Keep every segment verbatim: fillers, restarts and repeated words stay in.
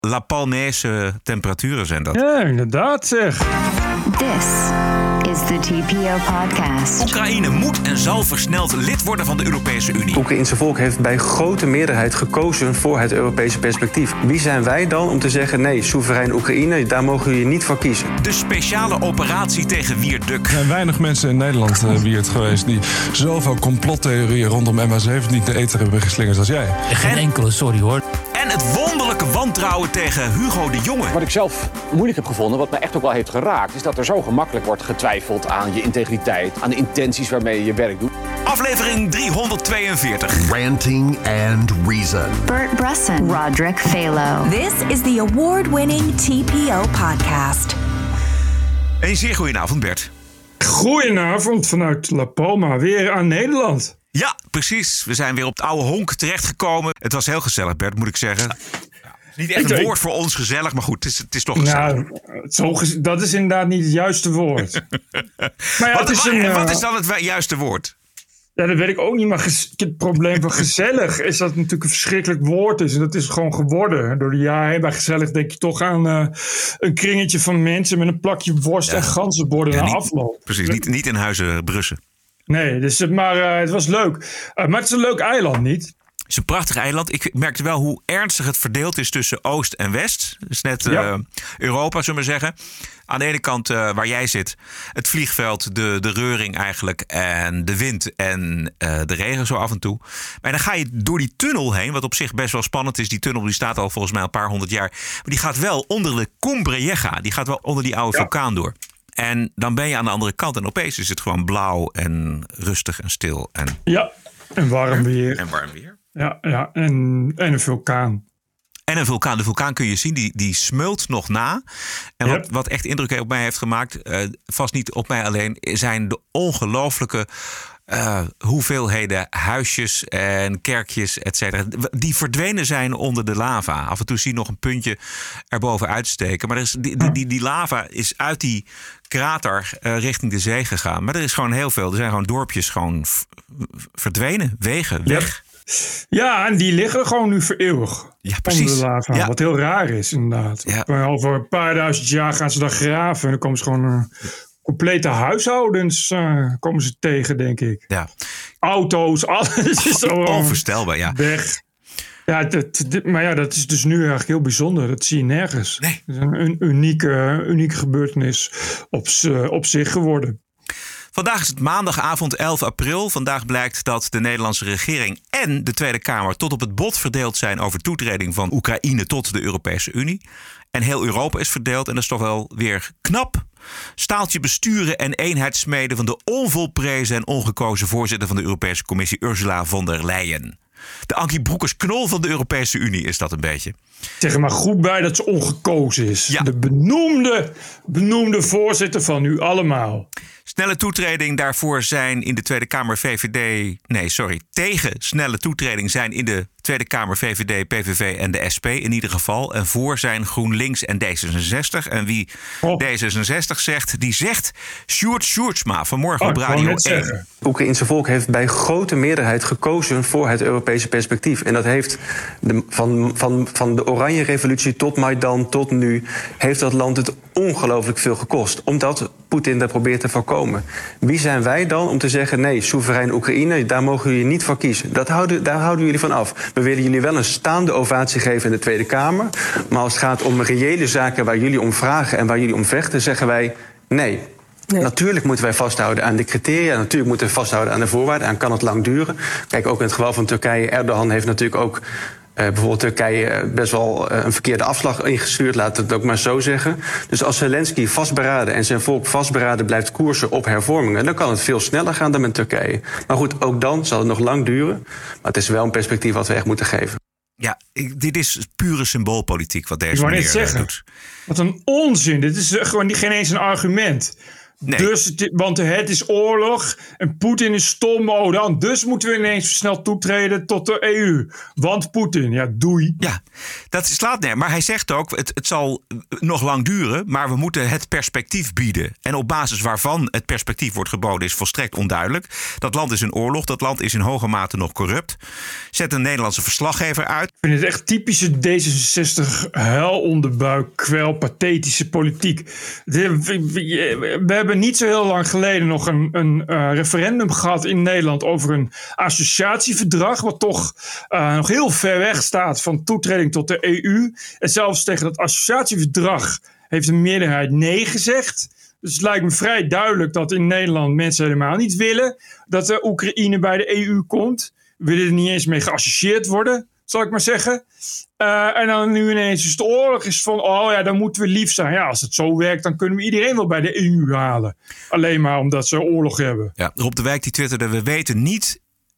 La Palmaise temperaturen zijn dat. Ja, inderdaad zeg. This is the T P O-podcast. Oekraïne moet en zal versneld lid worden van de Europese Unie. Het Oekraïense volk heeft bij grote meerderheid gekozen voor het Europese perspectief. Wie zijn wij dan om te zeggen, nee, soeverein Oekraïne, daar mogen jullie niet voor kiezen? De speciale operatie tegen Wierduk. Er zijn weinig mensen in Nederland, uh, Wierd, geweest die zoveel complottheorieën rondom M H zeventien de ether hebben geslingerd als jij. Geen enkele, sorry hoor. En het wonderlijke wantrouwen tegen Hugo de Jonge. Wat ik zelf moeilijk heb gevonden, wat mij echt ook wel heeft geraakt, is dat er zo gemakkelijk wordt getwijfeld aan je integriteit, aan de intenties waarmee je je werk doet. Aflevering driehonderdtweeënveertig. Ranting and Reason. Bert Brussen, Roderick Phalo. This is the award-winning T P O-podcast. Een zeer goedenavond, Bert. Goedenavond vanuit La Palma, weer aan Nederland. Ja, precies. We zijn weer op het oude honk terechtgekomen. Het was heel gezellig, Bert, moet ik zeggen. Ja, niet echt een woord voor ons gezellig, maar goed, het is, het is toch gezellig. Nou, zo gez- dat is inderdaad niet het juiste woord. maar ja, wat, het is wat, een, wat uh, is dan het juiste woord? Ja, dat weet ik ook niet, maar ges- het probleem van gezellig is dat het natuurlijk een verschrikkelijk woord is. En dat is gewoon geworden. Door de jaren heen bij gezellig denk je toch aan uh, een kringetje van mensen met een plakje worst ja. en ganzenborden ja, na afloop. Precies, niet, niet in Huizen Brussen. Nee, dus, maar uh, het was leuk. Uh, maar het is een leuk eiland, niet? Het is een prachtig eiland. Ik merkte wel hoe ernstig het verdeeld is tussen Oost en West. Dat is net uh, ja. Europa, zullen we zeggen. Aan de ene kant uh, waar jij zit, het vliegveld, de, de reuring eigenlijk en de wind en uh, de regen zo af en toe. Maar dan ga je door die tunnel heen, wat op zich best wel spannend is. Die tunnel die staat al volgens mij een paar honderd jaar. Maar die gaat wel onder de Cumbre-Vieja. Die gaat wel onder die oude ja. vulkaan door. En dan ben je aan de andere kant en opeens is het gewoon blauw en rustig en stil. En ja, en warm weer. En warm weer. Ja, ja en, en een vulkaan. En een vulkaan. De vulkaan kun je zien, die, die smult nog na. En yep. wat, wat echt indruk op mij heeft gemaakt, uh, vast niet op mij alleen, zijn de ongelooflijke uh, hoeveelheden huisjes en kerkjes, et cetera, die verdwenen zijn onder de lava. Af en toe zie je nog een puntje erboven uitsteken. Maar er is, die, die, die, die lava is uit die krater uh, richting de zee gegaan. Maar er is gewoon heel veel. Er zijn gewoon dorpjes gewoon v- verdwenen, wegen, weg. Yep. Ja, en die liggen gewoon nu voor eeuwig. Ja, precies. Onder de lava. Ja. Wat heel raar is, inderdaad. Ja. Over een paar duizend jaar gaan ze dan graven. En dan komen ze gewoon uh, complete huishoudens uh, komen ze tegen, denk ik. Ja. Auto's, alles is zo onvoorstelbaar, ja. weg. Ja, dat, dat, maar ja, dat is dus nu eigenlijk heel bijzonder. Dat zie je nergens. Nee. Het is een unieke, unieke gebeurtenis op, op zich geworden. Vandaag is het maandagavond elf april. Vandaag blijkt dat de Nederlandse regering en de Tweede Kamer tot op het bot verdeeld zijn over toetreding van Oekraïne tot de Europese Unie. En heel Europa is verdeeld en dat is toch wel weer knap. Staaltje besturen en eenheid smeden van de onvolprezen en ongekozen voorzitter van de Europese Commissie Ursula von der Leyen. De Ankie Broekers-Knol van de Europese Unie is dat een beetje. Zeg er maar goed bij dat ze ongekozen is. Ja. De benoemde, benoemde voorzitter van u allemaal. Snelle toetreding daarvoor zijn in de Tweede Kamer V V D... Nee, sorry. Tegen snelle toetreding zijn in de Tweede Kamer V V D, P V V en de S P in ieder geval. En voor zijn GroenLinks en D zesenzestig. En wie oh. D zesenzestig zegt, die zegt Sjoerd Sjoerdsma vanmorgen oh, op Radio één. Het Oekraïense volk heeft bij grote meerderheid gekozen voor het Europese perspectief. En dat heeft de, van, van, van de Oranje Revolutie tot Maidan tot nu, heeft dat land het ongelooflijk veel gekost. Omdat Poetin dat probeert te voorkomen. Wie zijn wij dan om te zeggen, nee, soeverein Oekraïne, daar mogen jullie niet voor kiezen. Dat houden, daar houden jullie van af. We willen jullie wel een staande ovatie geven in de Tweede Kamer. Maar als het gaat om reële zaken waar jullie om vragen en waar jullie om vechten, zeggen wij nee. Nee. Natuurlijk moeten wij vasthouden aan de criteria. Natuurlijk moeten we vasthouden aan de voorwaarden. En kan het lang duren. Kijk, ook in het geval van Turkije. Erdogan heeft natuurlijk ook Uh, bijvoorbeeld Turkije best wel uh, een verkeerde afslag ingestuurd, laat het ook maar zo zeggen. Dus als Zelensky vastberaden en zijn volk vastberaden blijft koersen op hervormingen, dan kan het veel sneller gaan dan met Turkije. Maar goed, ook dan zal het nog lang duren. Maar het is wel een perspectief wat we echt moeten geven. Ja, ik, dit is pure symboolpolitiek wat deze ik meneer zeggen, doet. Wat een onzin. Dit is gewoon niet, geen eens een argument. Nee. Dus het, want het is oorlog en Poetin is stom. Oh, dan, dus moeten we ineens snel toetreden tot de E U. Want Poetin, ja, doei. Ja, dat slaat neer. Maar hij zegt ook, het, het zal nog lang duren, maar we moeten het perspectief bieden. En op basis waarvan het perspectief wordt geboden is volstrekt onduidelijk. Dat land is in oorlog, dat land is in hoge mate nog corrupt. Zet een Nederlandse verslaggever uit. Ik vind het echt typische D zesenzestig huilonderbuik, kwel, pathetische politiek. We hebben niet zo heel lang geleden nog een, een uh, referendum gehad in Nederland over een associatieverdrag, wat toch uh, nog heel ver weg staat van toetreding tot de E U. En zelfs tegen dat associatieverdrag heeft een meerderheid nee gezegd. Dus het lijkt me vrij duidelijk dat in Nederland mensen helemaal niet willen dat de Oekraïne bij de E U komt. We willen er niet eens mee geassocieerd worden, zal ik maar zeggen. Uh, en dan nu ineens is de oorlog is van, oh ja, dan moeten we lief zijn. Ja, als het zo werkt, dan kunnen we iedereen wel bij de E U halen. Alleen maar omdat ze oorlog hebben. Ja, Rob de Wijk die twitterde, we weten niet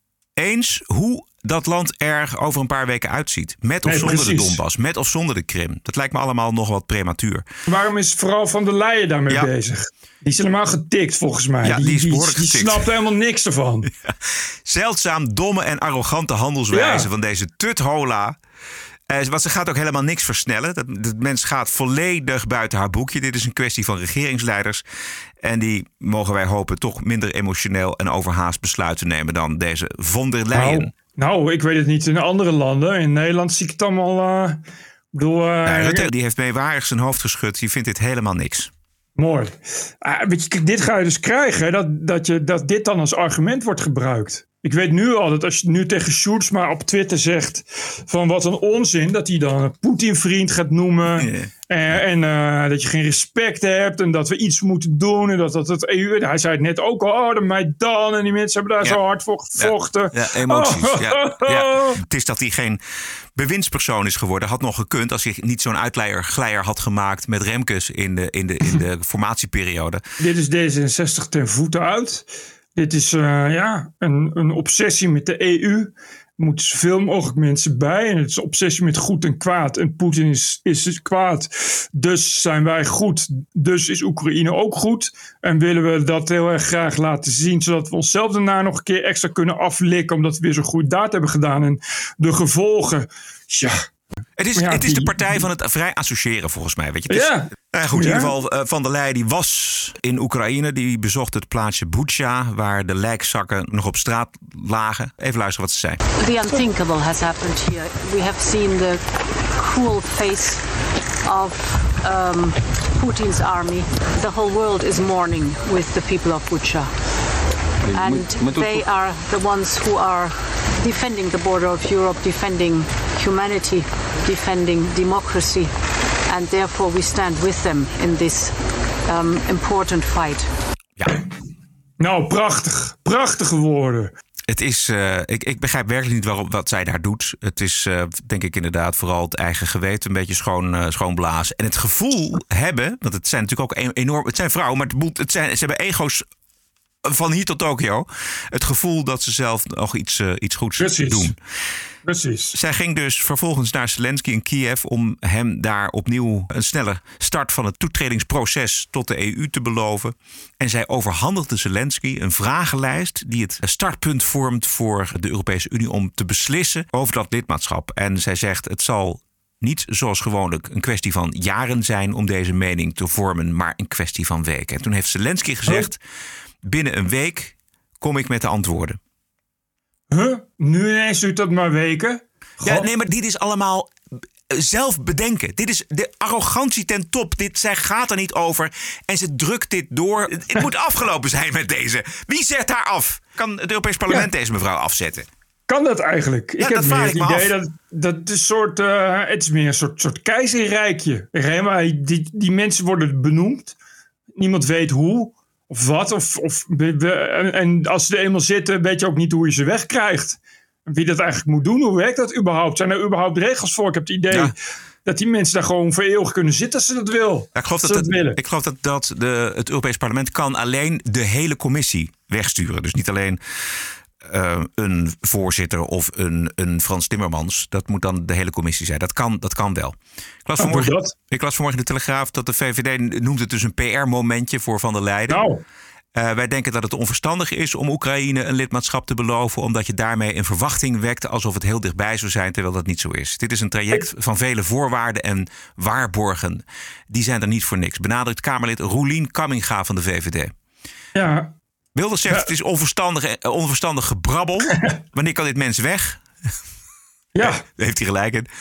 eens hoe dat land er over een paar weken uitziet. Met of nee, zonder precies. de Donbass, met of zonder de Krim. Dat lijkt me allemaal nog wat prematuur. Waarom is vooral Van der Leyen daarmee ja. bezig? Die is helemaal getikt volgens mij. Ja, die, die is behoorlijk die, getikt. Die snapt helemaal niks ervan. Ja. Zeldzaam domme en arrogante handelswijze ja. van deze tuthola. Uh, want ze gaat ook helemaal niks versnellen. Dat, dat mens gaat volledig buiten haar boekje. Dit is een kwestie van regeringsleiders. En die, mogen wij hopen, toch minder emotioneel en overhaast besluiten nemen dan deze Von der Leyen. Nou, nou ik weet het niet in andere landen. In Nederland zie ik het allemaal... Uh, bedoel, uh, ja, Rutte die heeft meewarig zijn hoofd geschud. Die vindt dit helemaal niks. Mooi. Uh, weet je, dit ga je dus krijgen. Dat, dat, je, dat dit dan als argument wordt gebruikt. Ik weet nu al dat als je nu tegen Schulz maar op Twitter zegt van wat een onzin, dat hij dan een Poetin-vriend gaat noemen. Yeah. En, en uh, dat je geen respect hebt en dat we iets moeten doen. En dat, dat het E U... Hij zei het net ook al, oh, de Maidan en die mensen hebben daar ja. zo hard voor gevochten. Ja, ja emoties. Oh. Ja, ja. Het is dat hij geen bewindspersoon is geworden. Had nog gekund als hij niet zo'n uitleier had gemaakt met Remkes in de, in de, in de formatieperiode. Dit is D zesenzestig ten voeten uit. Dit is uh, ja, een, een obsessie met de E U. Er moeten zoveel mogelijk mensen bij. En het is een obsessie met goed en kwaad. En Poetin is, is kwaad. Dus zijn wij goed. Dus is Oekraïne ook goed. En willen we dat heel erg graag laten zien. Zodat we onszelf daarna nog een keer extra kunnen aflikken. Omdat we weer zo'n goede daad hebben gedaan. En de gevolgen. Ja. Het is, ja, het is de partij van het vrij associëren volgens mij. Weet je? Het is, ja. Nou goed, in ieder geval, uh, Van der Leyen die was in Oekraïne. Die bezocht het plaatsje Bucha, waar de lijkzakken nog op straat lagen. Even luisteren wat ze zei. The unthinkable has happened here. We have seen the cruel face of um, Putin's army. The whole world is mourning with the people of Bucha. And they are the ones who are defending the border of Europe, defending humanity, defending democracy. And therefore we stand with them in this um, important fight. Ja. Nou, prachtig. Prachtige woorden. Het is, uh, ik, ik begrijp werkelijk niet waarom, wat zij daar doet. Het is, uh, denk ik inderdaad, vooral het eigen geweten een beetje schoon, uh, schoonblazen. En het gevoel hebben, want het zijn natuurlijk ook enorm, het zijn vrouwen, maar het, het zijn, ze hebben ego's van hier tot Tokio. Het gevoel dat ze zelf nog iets, uh, iets goeds Precies. doen. Precies. Zij ging dus vervolgens naar Zelensky in Kiev om hem daar opnieuw een snelle start van het toetredingsproces tot de E U te beloven. En zij overhandigde Zelensky een vragenlijst die het startpunt vormt voor de Europese Unie om te beslissen over dat lidmaatschap. En zij zegt het zal niet zoals gewoonlijk een kwestie van jaren zijn om deze mening te vormen, maar een kwestie van weken. En toen heeft Zelensky gezegd, oh. binnen een week kom ik met de antwoorden. Huh? Nu ineens duurt dat maar weken? God. Ja, nee, maar dit is allemaal zelf bedenken. Dit is de arrogantie ten top. Dit, zij gaat er niet over en ze drukt dit door. Het, het moet afgelopen zijn met deze. Wie zet haar af? Kan het Europees Parlement ja. deze mevrouw afzetten? Kan dat eigenlijk? Ja, ik dat heb meer ik het idee dat, dat het, een soort, uh, het is meer een soort, soort keizerrijkje. Die, die mensen worden benoemd. Niemand weet hoe. Of wat, of, of, en, en als ze er eenmaal zitten, weet je ook niet hoe je ze wegkrijgt. Wie dat eigenlijk moet doen, hoe werkt dat überhaupt? Zijn er überhaupt regels voor? Ik heb het idee ja. dat die mensen daar gewoon voor eeuwig kunnen zitten als ze dat wil. Ja, ik geloof dat, dat, dat willen. Ik geloof dat, dat de, het Europees Parlement kan alleen de hele commissie wegsturen. Dus niet alleen uh, een voorzitter of een, een Frans Timmermans. Dat moet dan de hele commissie zijn. Dat kan, dat kan wel. Ik las, vanmorgen, ik las vanmorgen in de Telegraaf dat de V V D noemt het dus een P R-momentje voor Van der Leyen. Nou. Uh, wij denken dat het onverstandig is om Oekraïne een lidmaatschap te beloven, omdat je daarmee een verwachting wekt alsof het heel dichtbij zou zijn, terwijl dat niet zo is. Dit is een traject van vele voorwaarden en waarborgen. Die zijn er niet voor niks. Benadrukt Kamerlid Roelien Kamminga van de V V D. Ja. Wilders zegt ja. het is onverstandig, onverstandig gebrabbel. Wanneer kan dit mens weg? Ja. Daar heeft hij gelijk in.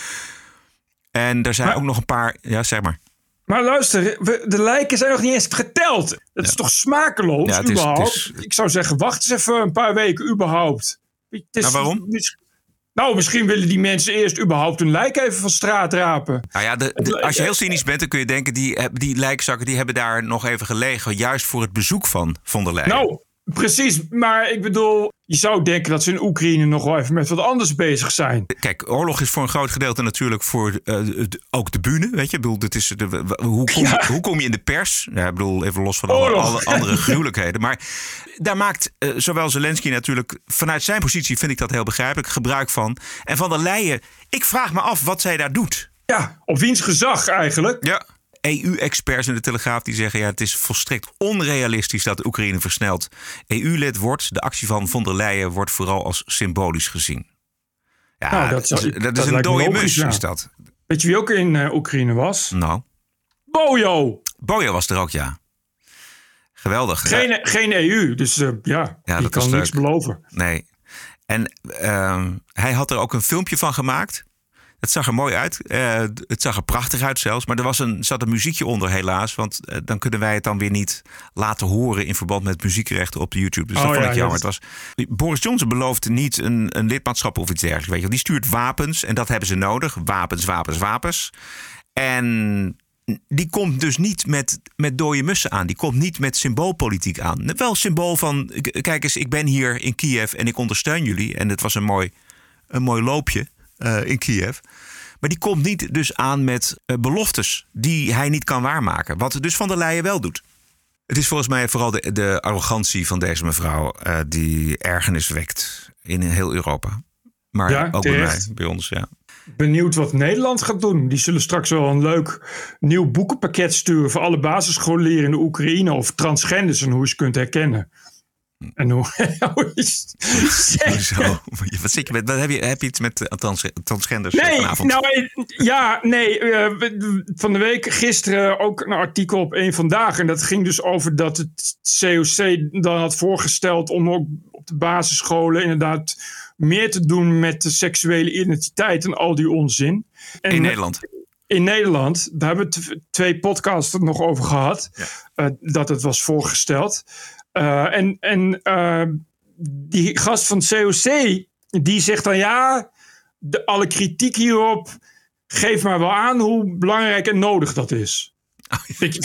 En er zijn maar, ook nog een paar... Ja, zeg maar. Maar luister, we, de lijken zijn nog niet eens geteld. Dat ja. is toch smakeloos, ja, het überhaupt? Is, het is... Ik zou zeggen, wacht eens even een paar weken überhaupt. Het is, nou, waarom? Nou, misschien willen die mensen eerst überhaupt hun lijk even van straat rapen. Nou ja, de, de, als je heel cynisch bent, dan kun je denken... die, die lijkzakken die hebben daar nog even gelegen, juist voor het bezoek van Von der Leyen. Nou, precies. Maar ik bedoel, je zou denken dat ze in Oekraïne nog wel even met wat anders bezig zijn. Kijk, oorlog is voor een groot gedeelte natuurlijk voor uh, de, ook de bühne. Weet je, ik bedoel, dit is de, hoe, kom, ja. hoe kom je in de pers? Ja, ik bedoel, even los van alle, alle andere gruwelijkheden. Maar daar maakt uh, zowel Zelensky natuurlijk, vanuit zijn positie vind ik dat heel begrijpelijk, gebruik van. En Van der Leyen, ik vraag me af wat zij daar doet. Ja, op wiens gezag eigenlijk? Ja. E U-experts in de Telegraaf die zeggen... ja, het is volstrekt onrealistisch dat de Oekraïne versneld E U-lid wordt. De actie van Von der Leyen wordt vooral als symbolisch gezien. Ja, nou, dat, dat, is, dat, dat is een dode mus, ja. Is dat. Weet je wie ook in uh, Oekraïne was? Nou? Bojo! Bojo was er ook, ja. Geweldig. Geen, ja. geen E U, dus uh, ja, ja, die kan niks beloven. Nee. En uh, hij had er ook een filmpje van gemaakt... Het zag er mooi uit. Uh, het zag er prachtig uit zelfs. Maar er was een, zat een muziekje onder helaas. Want uh, dan kunnen wij het dan weer niet laten horen... in verband met muziekrechten op de YouTube. Dus oh, dat vond ja, ik jammer. Het was, Boris Johnson belooft niet een, een lidmaatschap of iets dergelijks. Weet je. Die stuurt wapens en dat hebben ze nodig. Wapens, wapens, wapens. En die komt dus niet met, met dode mussen aan. Die komt niet met symboolpolitiek aan. Wel symbool van... Kijk eens, ik ben hier in Kiev en ik ondersteun jullie. En het was een mooi, een mooi loopje. Uh, in Kiev. Maar die komt niet dus aan met uh, beloftes die hij niet kan waarmaken. Wat dus Van der Leyen wel doet. Het is volgens mij vooral de, de arrogantie van deze mevrouw... Uh, die ergernis wekt in heel Europa. Maar ja, ook terecht. bij mij, bij ons, ja. Benieuwd wat Nederland gaat doen. Die zullen straks wel een leuk nieuw boekenpakket sturen... voor alle basisscholieren in de Oekraïne... of transgenders en hoe je ze kunt herkennen. En hoe, hoe is Zo. Wat zit je met? Wat heb je? Heb je iets met trans, transgenders nee, vanavond? Nou, ja, nee. Uh, van de week gisteren ook een artikel op Eén Vandaag. En dat ging dus over dat het C O C dan had voorgesteld om ook op de basisscholen inderdaad meer te doen met de seksuele identiteit en al die onzin. En in Nederland? In Nederland, daar hebben we t- twee podcasts nog over gehad. Ja. Uh, dat het was voorgesteld. Uh, en en uh, die gast van het C O C, die zegt dan ja, de, alle kritiek hierop geeft maar wel aan hoe belangrijk en nodig dat is. Oh, ja.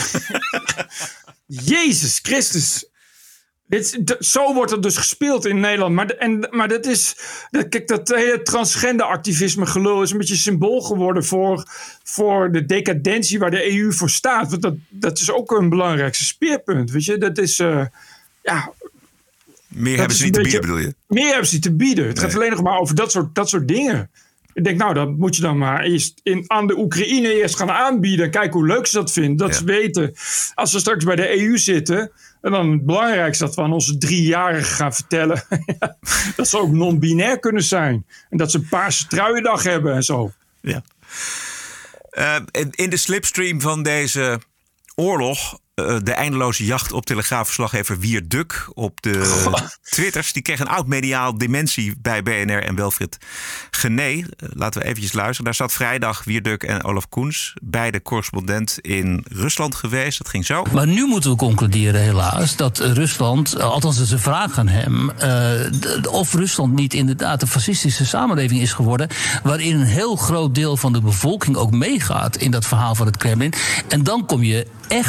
Jezus Christus. Dit, d- zo wordt het dus gespeeld in Nederland. Maar, en, maar dat is, dat, kijk, dat hele transgender-activisme gelul is een beetje symbool geworden voor, voor de decadentie waar de E U voor staat. Want dat, dat is ook een belangrijkste speerpunt. Weet je, dat is... Uh, Ja, meer hebben ze niet te bieden, bedoel je? Meer hebben ze niet te bieden. Het nee. gaat alleen nog maar over dat soort, dat soort dingen. Ik denk, nou, dat moet je dan maar eerst in, aan de Oekraïne eerst gaan aanbieden. En kijken hoe leuk ze dat vinden. Dat ja. ze weten, als we straks bij de E U zitten... en dan het belangrijkste dat we aan onze driejarigen gaan vertellen... dat ze ook non-binair kunnen zijn. En dat ze een paarse truiendag hebben en zo. Ja. Uh, in de slipstream van deze oorlog... Uh, de eindeloze jacht op telegraafverslaggever Wier Duk op de Goh. Twitters. Die kreeg een oud-mediaal dementie bij B N R en Wilfried Gené. Uh, laten we eventjes luisteren. Daar zat vrijdag Wier Duk en Olaf Koens, beide correspondent in Rusland geweest. Dat ging zo. Maar nu moeten we concluderen helaas dat Rusland, althans is een vraag aan hem, uh, of Rusland niet inderdaad een fascistische samenleving is geworden, waarin een heel groot deel van de bevolking ook meegaat in dat verhaal van het Kremlin. En dan kom je echt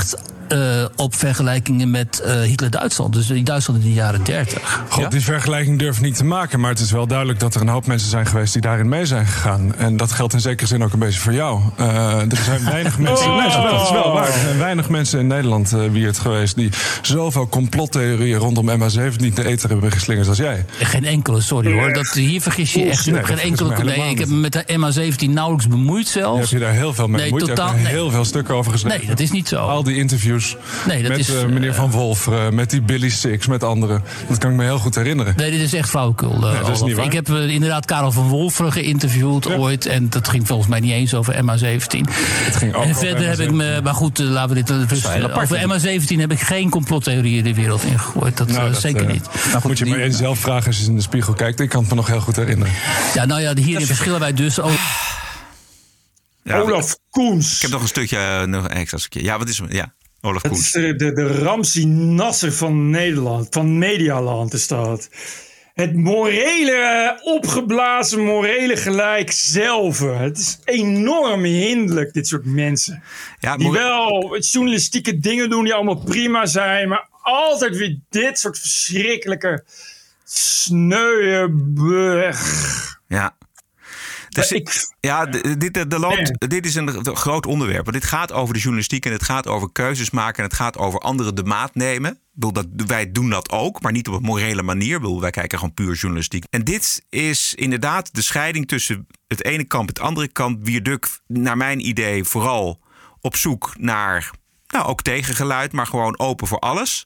uh, op vergelijkingen met uh, Hitler-Duitsland. Dus in Duitsland in de jaren dertig. God, ja? die vergelijking durf ik niet te maken. Maar het is wel duidelijk dat er een hoop mensen zijn geweest die daarin mee zijn gegaan. En dat geldt in zekere zin ook een beetje voor jou. Uh, er zijn weinig mensen. Oh. Nee, dat is wel waar. Er zijn weinig mensen in Nederland uh, wie het geweest die zoveel complottheorieën rondom M H zeventien de ether hebben geslingerd als jij. Geen enkele, sorry hoor. Dat, hier vergis je echt. Nee, geen enkele. Nee, ik heb me met de M H zeventien nauwelijks bemoeid zelfs. Heb je daar heel veel mee nee, bemoeid? totaal, je hebt er nee. heel veel stukken over geschreven. Nee, dat is niet zo. Al die interviews nee, dat met is, uh, meneer Van Wolferen, met die Billy Six, met anderen. Dat kan ik me heel goed herinneren. Nee, dit is echt flauwekul. Uh, nee, dat is niet waar. Ik heb uh, inderdaad Karel van Wolferen geïnterviewd ja. ooit. En dat ging volgens mij niet eens over M H zeventien. Het ging ook en over verder M H zeventien. heb ik me... Maar goed, uh, laten we dit... Uh, over M H zeventien heb ik geen complottheorieën de wereld ingegooid. Dat, nou, uh, dat zeker uh, niet. Nou, goed, moet je maar eens zelf vragen als je in de spiegel kijkt. Ik kan het me nog heel goed herinneren. Ja, nou ja, hierin verschillen wij dus ook. Ja, Olaf Koens. Ik heb nog een stukje, nog een extra stukje. Ja, wat is het? Ja, Olaf dat Koens. Is de, de, de Ramzi Nasser van Nederland, van Medialand is dat. Het morele, opgeblazen morele gelijk zelf. Het is enorm hinderlijk, dit soort mensen. Ja, die wel journalistieke dingen doen die allemaal prima zijn, maar altijd weer dit soort verschrikkelijke sneuwe... Ja. Dus ik, ja, dit, de, de loopt, dit is een groot onderwerp. Want dit gaat over de journalistiek en het gaat over keuzes maken en het gaat over anderen de maat nemen. Ik bedoel, dat, wij doen dat ook, maar niet op een morele manier. Ik bedoel, wij kijken gewoon puur journalistiek. En dit is inderdaad de scheiding tussen het ene kamp en het andere kamp. Wierduk, naar mijn idee, vooral op zoek naar, nou ook tegengeluid, maar gewoon open voor alles.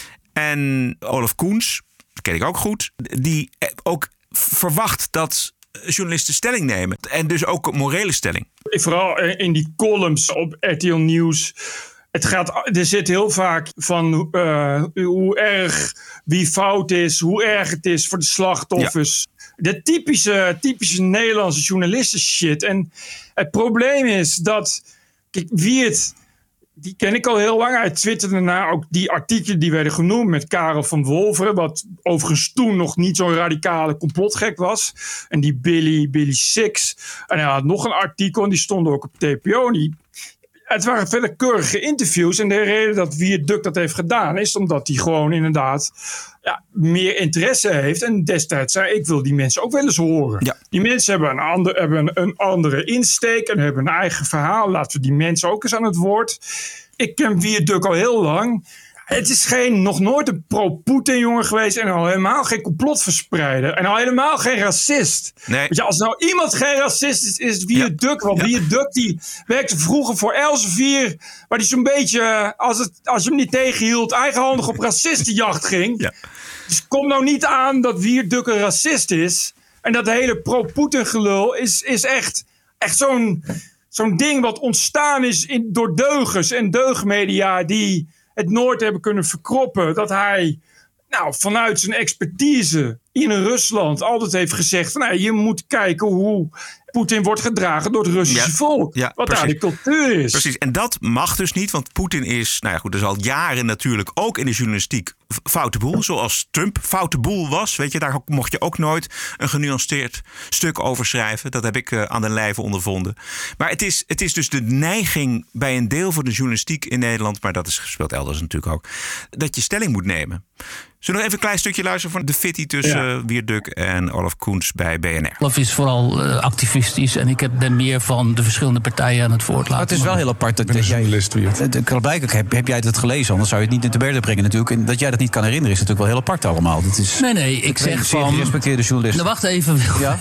En Olaf Koens, dat ken ik ook goed, die ook verwacht dat journalisten stelling nemen. En dus ook een morele stelling. Vooral in die columns op R T L Nieuws. Het gaat, er zit heel vaak van uh, hoe erg wie fout is, hoe erg het is voor de slachtoffers. Ja. De typische, typische Nederlandse journalisten shit. En het probleem is dat, kijk, wie het... Die ken ik al heel lang. Hij twitterde daarna ook die artikelen die werden genoemd met Karel van Wolferen. Wat overigens toen nog niet zo'n radicale complotgek was. En die Billy, Billy Six. En hij had nog een artikel en die stond ook op T P O. Die, het waren verder keurige interviews. En de reden dat Wierduk dat heeft gedaan is omdat hij gewoon inderdaad ja, meer interesse heeft. En destijds zei ik wil die mensen ook wel eens horen. Ja. Die mensen hebben, een, ander, hebben een, een andere insteek en hebben een eigen verhaal. Laten we die mensen ook eens aan het woord. Ik ken Wierduk al heel lang. Het is geen, nog nooit een pro-Poetin jongen geweest en al helemaal geen complotverspreider. En al helemaal geen racist. Nee. Weet je, als nou iemand geen racist is, is het Wierduk. Ja. Want ja. Wierduk die werkte vroeger voor Elsevier, waar die zo'n beetje, als, het, als je hem niet tegenhield, eigenhandig op racistenjacht ging. Ja. Dus kom nou niet aan dat Wierduk een racist is. En dat hele pro-Poetin gelul is, is echt, echt zo'n, zo'n ding wat ontstaan is in, door deugers en deugmedia die het nooit hebben kunnen verkroppen. Dat hij nou, vanuit zijn expertise in Rusland altijd heeft gezegd van, nou, je moet kijken hoe Poetin wordt gedragen door het Russische ja, volk. Ja, wat precies. Daar de cultuur is. Precies, en dat mag dus niet, want Poetin is, nou ja goed, dus al jaren natuurlijk ook in de journalistiek foute boel. Zoals Trump foute boel was. Weet je, daar mocht je ook nooit een genuanceerd stuk over schrijven. Dat heb ik uh, aan de lijve ondervonden. Maar het is, het is dus de neiging bij een deel van de journalistiek in Nederland, maar dat is gespeeld elders natuurlijk ook, dat je stelling moet nemen. Zullen we even een klein stukje luisteren van de fitty tussen ja. Wierduk en Olaf Koens bij B N R? Olaf is vooral uh, activistisch en ik ben meer van de verschillende partijen aan het woord laten. Maar het is wel heel apart dat, dat jij... Blijkbaar heb, heb jij dat gelezen, anders zou je het niet in te berden brengen natuurlijk. En dat jij dat niet kan herinneren is natuurlijk wel heel apart allemaal. Dat is nee, nee, ik zeg van... gerespecteerde journalist. Nou, wacht even. Ja?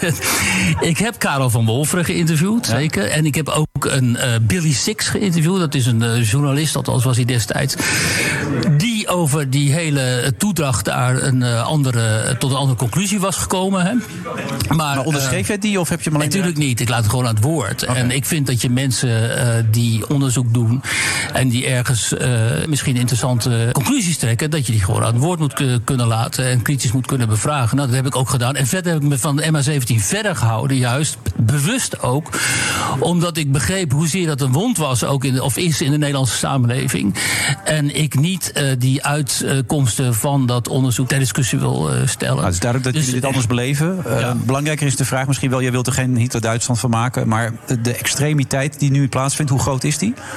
Ik heb Karel van Wolferen geïnterviewd, ja. zeker. En ik heb ook een uh, Billy Six geïnterviewd. Dat is een uh, journalist, althans was hij destijds. Die over die hele toedracht daar een uh, andere, tot een andere conclusie was gekomen. Hè? Maar, maar onderschreef uh, jij die of heb je hem alleen... Natuurlijk niet, ik laat het gewoon aan het woord. Okay. En ik vind dat je mensen uh, die onderzoek doen en die ergens uh, misschien interessante conclusies trekken, dat je die gewoon aan het woord moet k- kunnen laten en kritisch moet kunnen bevragen. Nou, dat heb ik ook gedaan. En verder heb ik me van de M H zeventien verder gehouden, juist bewust ook, omdat ik begreep hoezeer dat een wond was, ook in de, of is in de Nederlandse samenleving. En ik niet uh, die uitkomsten van dat onderzoek ter discussie wil uh, stellen. Nou, het is duidelijk dat dus, jullie dit anders beleven. Uh, ja. Belangrijker is de vraag misschien wel, jij wilt er geen Hitler-Duitsland van maken, maar de extremiteit die nu plaatsvindt, hoe groot is die?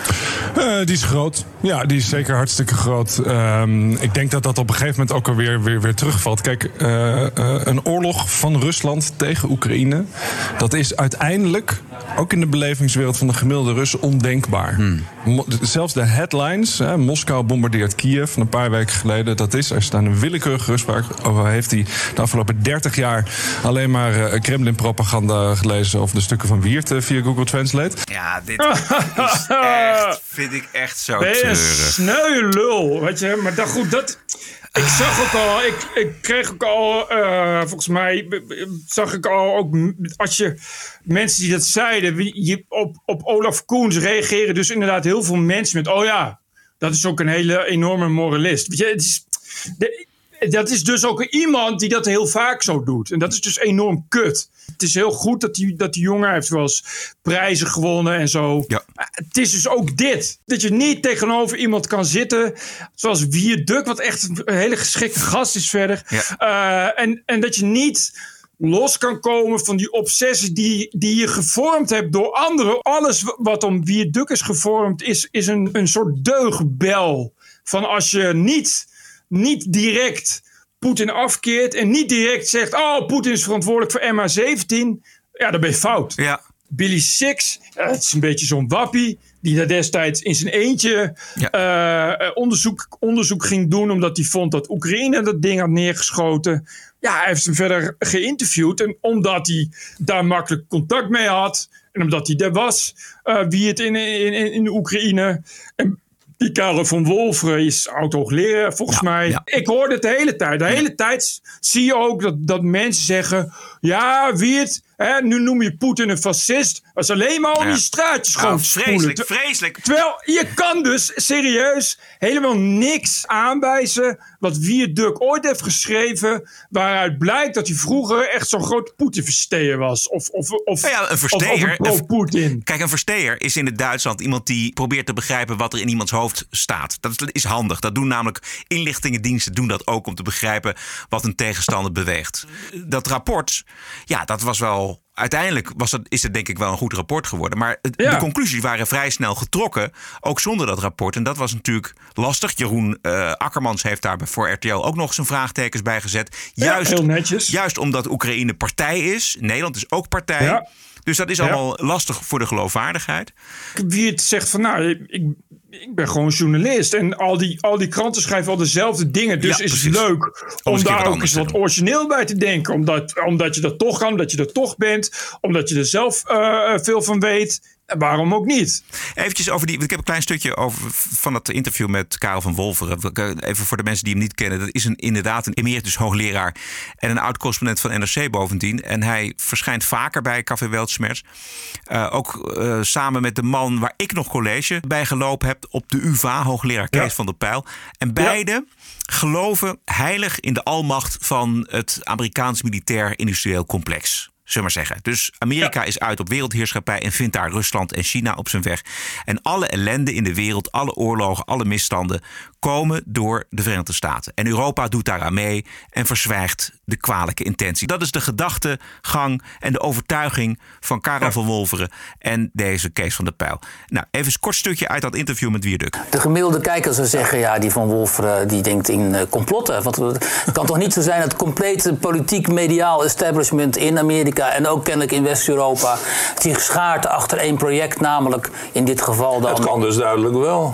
Uh, die is groot. Ja, die is zeker hartstikke groot. Um, ik denk dat dat op een gegeven moment ook alweer weer, weer terugvalt. Kijk, uh, uh, een oorlog van Rusland tegen Oekraïne, dat is uiteindelijk, ook in de belevingswereld van de gemiddelde Rus, ondenkbaar. Hmm. Mo- zelfs de headlines, hè, Moskou bombardeert Kiev van een paar weken geleden, dat is, er staat een willekeurige Ruspraak. Over heeft hij de afgelopen dertig jaar alleen maar uh, Kremlin-propaganda gelezen of de stukken van Wiert uh, via Google Translate. Ja, dit is echt, vind ik echt zo treurig. Ben je een sneuwe lul, weet je. Maar dat, goed, dat... Ik zag ook al, ik, ik kreeg ook al, uh, volgens mij, zag ik al ook, als je mensen die dat zeiden, je, op, op Olaf Koens reageren dus inderdaad heel veel mensen met, oh ja, dat is ook een hele enorme moralist. Weet je, het is, de, dat is dus ook iemand die dat heel vaak zo doet. En dat is dus enorm kut. Het is heel goed dat die, dat die jongen heeft wel eens prijzen gewonnen en zo. Ja. Het is dus ook dit. Dat je niet tegenover iemand kan zitten zoals Wierduk, wat echt een hele geschikte gast is verder. Ja. Uh, en, en dat je niet los kan komen van die obsessie die, die je gevormd hebt door anderen. Alles wat om Wierduk is gevormd is, is een, een soort deugbel. Van als je niet, niet direct Poetin afkeert en niet direct zegt, oh, Poetin is verantwoordelijk voor M H zeventien. Ja, dan ben je fout. Ja. Billy Six, het is een beetje zo'n wappie die daar destijds in zijn eentje ja. uh, onderzoek, onderzoek ging doen, omdat hij vond dat Oekraïne dat ding had neergeschoten. Ja, hij heeft hem verder geïnterviewd en omdat hij daar makkelijk contact mee had en omdat hij daar was, uh, wie het in, in, in, in de Oekraïne. En die Karel van Wolferen is oud-hoogleraar, volgens ja, mij. Ja. Ik hoor het de hele tijd. De hele ja. tijd zie je ook dat, dat mensen zeggen, ja, wie het, hè, nu noem je Poetin een fascist. Dat is alleen maar om ja. je straatjes gewoon oh, te vreselijk, spoelen. vreselijk. Terwijl je kan dus serieus helemaal niks aanwijzen wat Wierduk ooit heeft geschreven, waaruit blijkt dat hij vroeger echt zo'n groot Poetin-versteer was. Of, of, of, ja, ja, een versteer, of, of een pro-Poetin. Kijk, een versteer is in het Duitsland iemand die probeert te begrijpen wat er in iemands hoofd staat. Dat is handig. Dat doen namelijk inlichtingendiensten doen dat ook om te begrijpen wat een tegenstander beweegt. Dat rapport, ja, dat was wel. Uiteindelijk was het, is het denk ik wel een goed rapport geworden. Maar het, ja. de conclusies waren vrij snel getrokken. Ook zonder dat rapport. En dat was natuurlijk lastig. Jeroen uh, Akkermans heeft daar voor R T L ook nog zijn vraagtekens bij gezet. Juist, ja, heel netjes. Juist omdat Oekraïne partij is. Nederland is ook partij. Ja. Dus dat is allemaal ja. lastig voor de geloofwaardigheid. Wie het zegt van nou, ik, ik ben gewoon journalist. En al die, al die kranten schrijven al dezelfde dingen. Dus ja, is het leuk om, om daar ook eens wat origineel bij te denken. Omdat, omdat je dat toch kan, omdat je er toch bent. Omdat je er zelf uh, veel van weet. En waarom ook niet? Eventjes over die. Ik heb een klein stukje over van het interview met Karel van Wolferen. Even voor de mensen die hem niet kennen. Dat is een, inderdaad een emeritus hoogleraar en een oud-correspondent van N R C bovendien. En hij verschijnt vaker bij Café Weltschmerz. Uh, ook uh, samen met de man waar ik nog college bij gelopen heb op de U V A, hoogleraar Kees ja. van der Pijl. En beide ja. geloven heilig in de almacht van het Amerikaans militair-industrieel complex. Zullen we maar zeggen. Dus Amerika ja. is uit op wereldheerschappij en vindt daar Rusland en China op zijn weg. En alle ellende in de wereld, alle oorlogen, alle misstanden komen door de Verenigde Staten. En Europa doet daaraan mee en verzwijgt de kwalijke intentie. Dat is de gedachtegang en de overtuiging van Karel ja. van Wolferen en deze Kees van der Pijl. Nou, even een kort stukje uit dat interview met Wierduk. De gemiddelde kijker zou zeggen, ja, die van Wolferen die denkt in uh, complotten. Want het kan toch niet zo zijn dat het complete politiek-mediaal establishment in Amerika en ook kennelijk in West-Europa zich schaart achter één project, namelijk in dit geval dan. Dat kan dus duidelijk wel.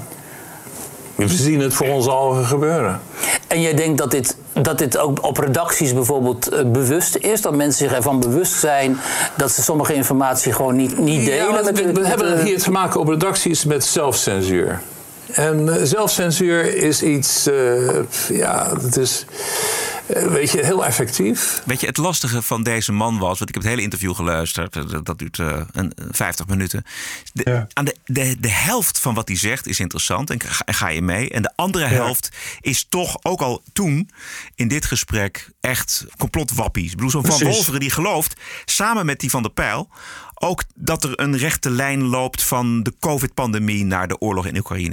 We zien het voor ons al gebeuren. En jij denkt dat dit, dat dit ook op redacties bijvoorbeeld uh, bewust is? Dat mensen zich ervan bewust zijn dat ze sommige informatie gewoon niet, niet delen? Ja, met, we, we met, hebben hier te maken op redacties met zelfcensuur. En uh, zelfcensuur is iets, uh, ja, het is, uh, weet je, heel effectief. Weet je, het lastige van deze man was, want ik heb het hele interview geluisterd, dat, dat duurt uh, een, vijftig minuten. De, ja. aan de, de, de helft van wat hij zegt is interessant en ga, ga je mee. En de andere ja. helft is toch ook al toen in dit gesprek echt complotwappies. Ik bedoel, zo'n Van Wolferen die gelooft, samen met die Van der Pijl, ook dat er een rechte lijn loopt van de COVID-pandemie naar de oorlog in Oekraïne.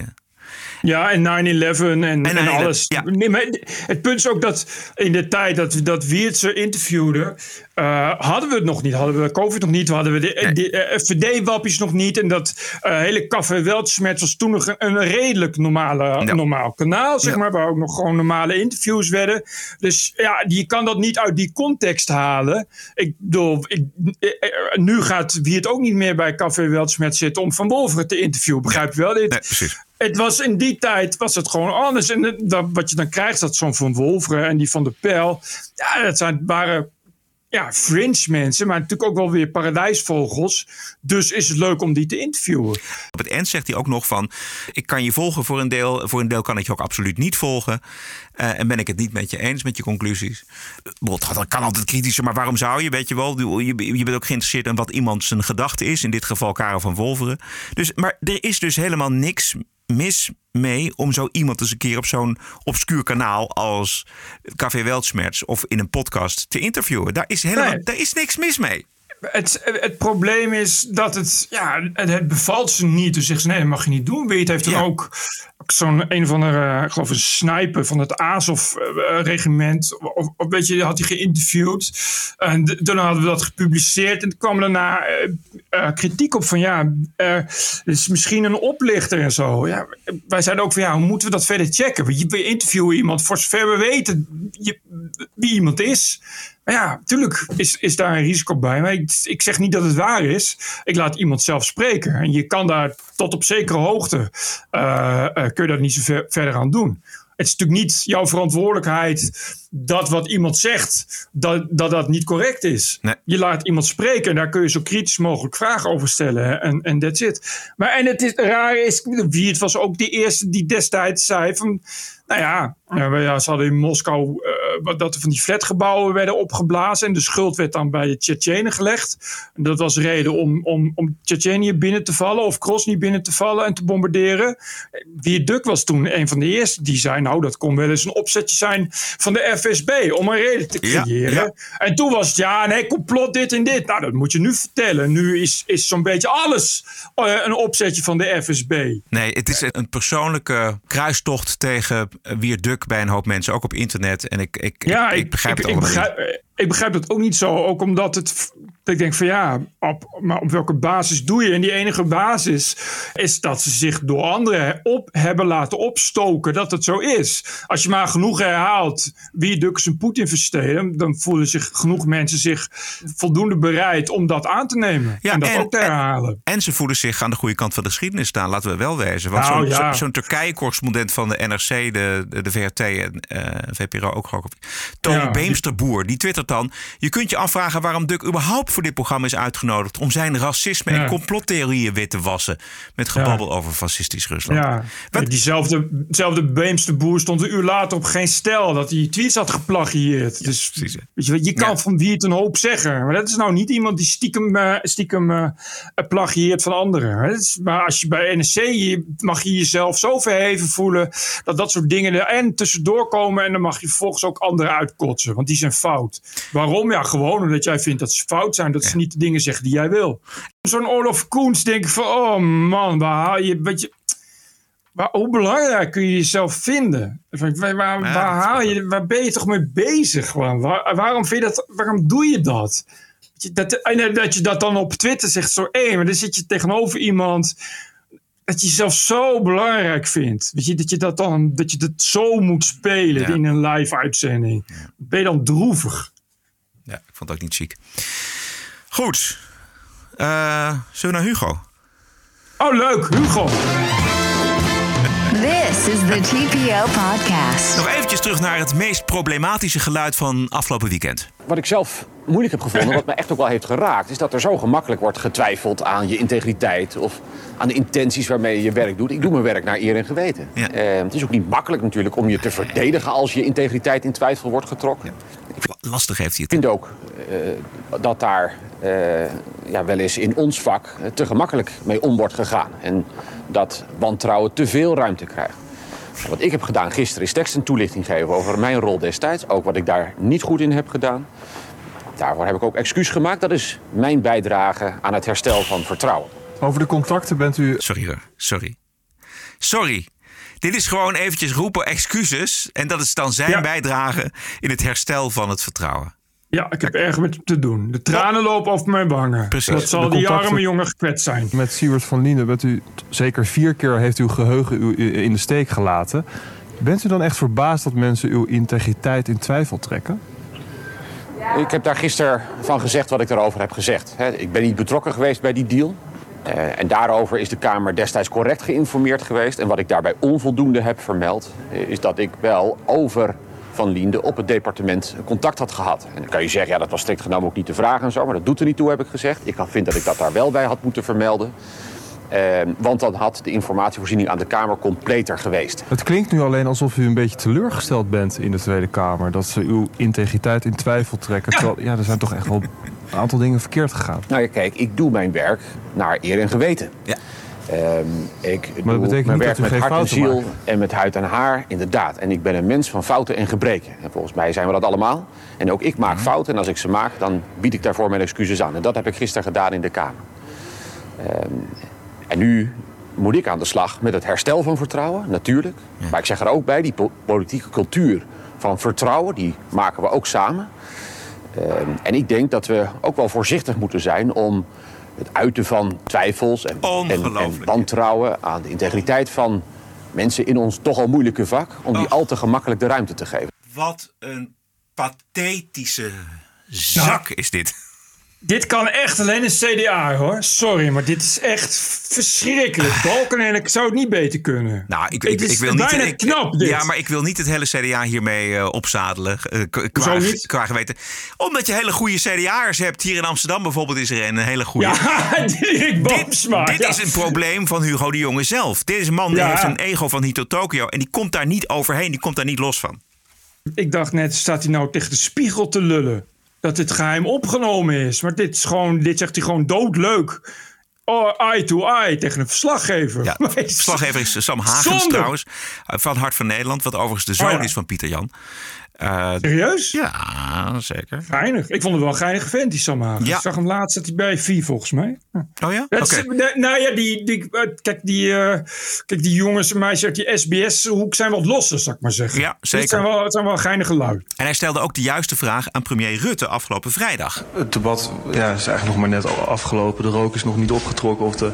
Ja, en nine eleven en, en, en alles. Ja. Nee, maar het punt is ook dat in de tijd dat, dat Wiertz interviewde... Uh, hadden we het nog niet. Hadden we COVID nog niet. Hadden we de, nee. de uh, F V D-wappies nog niet. En dat uh, hele Café Weltschmerz was toen nog een, een redelijk normale, ja. normaal kanaal. Zeg ja. maar, waar ook nog gewoon normale interviews werden. Dus ja, je kan dat niet uit die context halen. Ik bedoel, ik, uh, nu gaat Wiertz ook niet meer bij Café Weltschmerz zitten... om Van Wolferen te interviewen. Begrijp je wel? Dit? Nee, precies. Het was in die tijd was het gewoon anders. En dat, wat je dan krijgt, dat zo'n Van Wolferen en die Van der Pijl... Ja, dat zijn, waren... Ja, fringe mensen, maar natuurlijk ook wel weer paradijsvogels. Dus is het leuk om die te interviewen. Op het eind zegt hij ook nog van... ik kan je volgen voor een deel. Voor een deel kan ik je ook absoluut niet volgen. Uh, en ben ik het niet met je eens, met je conclusies. Dat kan altijd kritischer, maar waarom zou je? Weet je wel, je, je bent ook geïnteresseerd in wat iemand zijn gedachte is. In dit geval Karel van Wolferen. Dus, maar er is dus helemaal niks mis mee om zo iemand eens een keer op zo'n obscuur kanaal als Café Weltschmerz of in een podcast te interviewen. Daar is helemaal, nee. daar is niks mis mee. Het, het probleem is dat het, ja, het, het bevalt ze niet. Dus zegt ze, nee, dat mag je niet doen. Weet heeft er ja. ook zo'n een of andere, ik geloof een sniper van het Azov-regiment. Of, of weet je, had hij geïnterviewd. En d- toen hadden we dat gepubliceerd. En er kwam daarna uh, uh, kritiek op van, ja, uh, het is misschien een oplichter en zo. Ja, wij zeiden ook van, ja, hoe moeten we dat verder checken? We, we interviewen iemand voor zover we weten je, wie iemand is. Maar ja, natuurlijk is, is daar een risico bij. Maar ik, ik zeg niet dat het waar is. Ik laat iemand zelf spreken. En je kan daar tot op zekere hoogte... Uh, uh, kun je daar niet zo ver, verder aan doen. Het is natuurlijk niet jouw verantwoordelijkheid... dat wat iemand zegt, dat dat, dat niet correct is. Nee. Je laat iemand spreken en daar kun je zo kritisch mogelijk vragen over stellen. En, en that's it. Maar en het is raar is, Wiertz was ook de eerste die destijds zei van... Nou ja, ja ze hadden in Moskou uh, dat er van die flatgebouwen werden opgeblazen. En de schuld werd dan bij de Tsjetsjenen gelegd. En dat was reden om, om, om Tsjetsjenië binnen te vallen of Grozny binnen te vallen en te bombarderen. Wierduk was toen een van de eerste die zei, nou dat kon wel eens een opzetje zijn van de F S B om een reden te creëren. Ja, ja. En toen was het, ja, nee, complot dit en dit. Nou, dat moet je nu vertellen. Nu is, is zo'n beetje alles uh, een opzetje van de F S B. Nee, het is een persoonlijke kruistocht tegen Wierduk bij een hoop mensen, ook op internet. En ik, ik, ja, ik, ik, ik begrijp ik, het ik allemaal begrijp, niet. Ik begrijp dat ook niet zo. Ook omdat het... Ik denk van ja, op, maar op welke basis doe je? En die enige basis is dat ze zich door anderen op hebben laten opstoken dat het zo is. Als je maar genoeg herhaalt wie Dukkers en Poetin versteden, dan voelen zich genoeg mensen zich voldoende bereid om dat aan te nemen. Ja, en dat en, ook te herhalen. En, en ze voelen zich aan de goede kant van de geschiedenis staan, laten we wel wezen. Want nou, zo'n, ja. zo, zo'n Turkije-correspondent van de N R C, de, de, de V R T en uh, V P R O ook gewoon. Toon ja, Beemsterboer, die twittert dan: je kunt je afvragen waarom Duk überhaupt voor dit programma is uitgenodigd om zijn racisme ja. en complottheorieën wit te wassen met gebabbel ja. over fascistisch Rusland. Ja. Wat? Diezelfde, diezelfde Beemsterboer stond een uur later op Geen Stijl dat hij tweets had geplagieerd. Ja, dus precies, weet je, je kan ja. van wie het een hoop zeggen, maar dat is nou niet iemand die stiekem, uh, stiekem uh, plagieert van anderen. Is, maar als je bij N R C je, mag je jezelf zo verheven voelen dat dat soort dingen er en tussendoor komen en dan mag je vervolgens ook anderen uitkotsen, want die zijn fout. Waarom? Ja, gewoon omdat jij vindt dat ze fout zijn, dat ja. ze niet de dingen zeggen die jij wil. Zo'n Olof Koens denk ik van, oh man, waar haal je, weet je, waar, hoe belangrijk kun je jezelf vinden? Waar, waar, waar, ja, waar haal je, waar ben je toch mee bezig? Waar, waarom vind je dat? Waarom doe je dat? Dat, en dat je dat dan op Twitter zegt, zo één, maar dan zit je tegenover iemand dat je jezelf zo belangrijk vindt. Weet je, dat je dat dan, dat je dat zo moet spelen ja. in een live uitzending. Ja. Ben je dan droevig? Ja, ik vond het ook niet chic. Goed. Uh, zullen we naar Hugo? Oh, leuk. Hugo. This is the T P O podcast. Nog eventjes terug naar het meest problematische geluid van afgelopen weekend. Wat ik zelf moeilijk heb gevonden, wat me echt ook wel heeft geraakt, is dat er zo gemakkelijk wordt getwijfeld aan je integriteit of aan de intenties waarmee je je werk doet. Ik doe mijn werk naar eer en geweten. Ja. Uh, het is ook niet makkelijk natuurlijk om je te verdedigen als je integriteit in twijfel wordt getrokken. Ja. Lastig heeft hij het. Ik vind ook uh, dat daar uh, ja, wel eens in ons vak uh, te gemakkelijk mee om wordt gegaan. En dat wantrouwen te veel ruimte krijgt. Wat ik heb gedaan gisteren is tekst en toelichting geven over mijn rol destijds. Ook wat ik daar niet goed in heb gedaan. Daarvoor heb ik ook excuus gemaakt. Dat is mijn bijdrage aan het herstel van vertrouwen. Over de contracten bent u... Sorry hoor, sorry. Sorry. Dit is gewoon eventjes roepen excuses. En dat is dan zijn ja. bijdrage in het herstel van het vertrouwen. Ja, ik heb erg met hem te doen. De tranen lopen over mijn wangen. Precies. Dat zal die arme jongen gekwetst zijn. Met Siewert van Liende bent u zeker vier keer heeft uw geheugen u in de steek gelaten. Bent u dan echt verbaasd dat mensen uw integriteit in twijfel trekken? Ik heb daar gisteren van gezegd wat ik daarover heb gezegd. Ik ben niet betrokken geweest bij die deal. Uh, en daarover is de Kamer destijds correct geïnformeerd geweest. En wat ik daarbij onvoldoende heb vermeld, is dat ik wel over Van Liende op het departement contact had gehad. En dan kan je zeggen, ja, dat was strikt genomen ook niet de vraag en zo. Maar dat doet er niet toe, heb ik gezegd. Ik vind dat ik dat daar wel bij had moeten vermelden. Uh, want dan had de informatievoorziening aan de Kamer completer geweest. Het klinkt nu alleen alsof u een beetje teleurgesteld bent in de Tweede Kamer. Dat ze uw integriteit in twijfel trekken. Ja, terwijl, ja er zijn toch echt wel een aantal dingen verkeerd gegaan. Nou ja, kijk, ik doe mijn werk naar eer en geweten. Ja. Um, ik maar dat doe mijn werk met hart en ziel maken. En met huid en haar, inderdaad. En ik ben een mens van fouten en gebreken. En volgens mij zijn we dat allemaal. En ook ik maak fouten. En als ik ze maak, dan bied ik daarvoor mijn excuses aan. En dat heb ik gisteren gedaan in de Kamer. Um, en nu moet ik aan de slag met het herstel van vertrouwen, natuurlijk. Ja. Maar ik zeg er ook bij, die po- politieke cultuur van vertrouwen, die maken we ook samen. Um, en ik denk dat we ook wel voorzichtig moeten zijn om het uiten van twijfels en, en, en wantrouwen aan de integriteit van mensen in ons toch al moeilijke vak, om die oh. al te gemakkelijk de ruimte te geven. Wat een pathetische zak nou. is dit. Dit kan echt alleen een C D A, hoor. Sorry, maar dit is echt verschrikkelijk. Balkenende zou het niet beter kunnen. Nou, ik, ik, het is ik wil niet. Ik, knap, dit. Ja, maar ik wil niet het hele C D A hiermee uh, opzadelen. Uh, qua, qua geweten. Omdat je hele goede C D A'ers hebt. Hier in Amsterdam bijvoorbeeld is er een hele goede. Ja, Dirk Bootsma. Dit, dit ja. is een probleem van Hugo de Jonge zelf. Dit is een man die ja. heeft een ego van Hito Tokyo. En die komt daar niet overheen. Die komt daar niet los van. Ik dacht net, staat hij nou tegen de spiegel te lullen? Dat het geheim opgenomen is. Maar dit is gewoon, dit zegt hij gewoon doodleuk. Oh, eye to eye tegen een verslaggever. Ja, de verslaggever is Sam Hagens Zonde. trouwens. Van Hart van Nederland. Wat overigens de zoon oh, ja. is van Pieter Jan. Uh, Serieus? Ja, zeker. Geinig. Ik vond het wel een geinige vent, die Sam Hagens. Ja. Ik zag hem laatst, zat hij bij Vie volgens mij. Oh ja? Oké. Okay. Nou ja, die, die, kijk, die, uh, kijk, die jongens en meisjes uit die S B S-hoek zijn wat losser, zou ik maar zeggen. Ja, zeker. Het zijn wel, het zijn wel geinige lui. En hij stelde ook de juiste vraag aan premier Rutte afgelopen vrijdag. Het debat ja, is eigenlijk nog maar net afgelopen. De rook is nog niet opgetrokken. Of de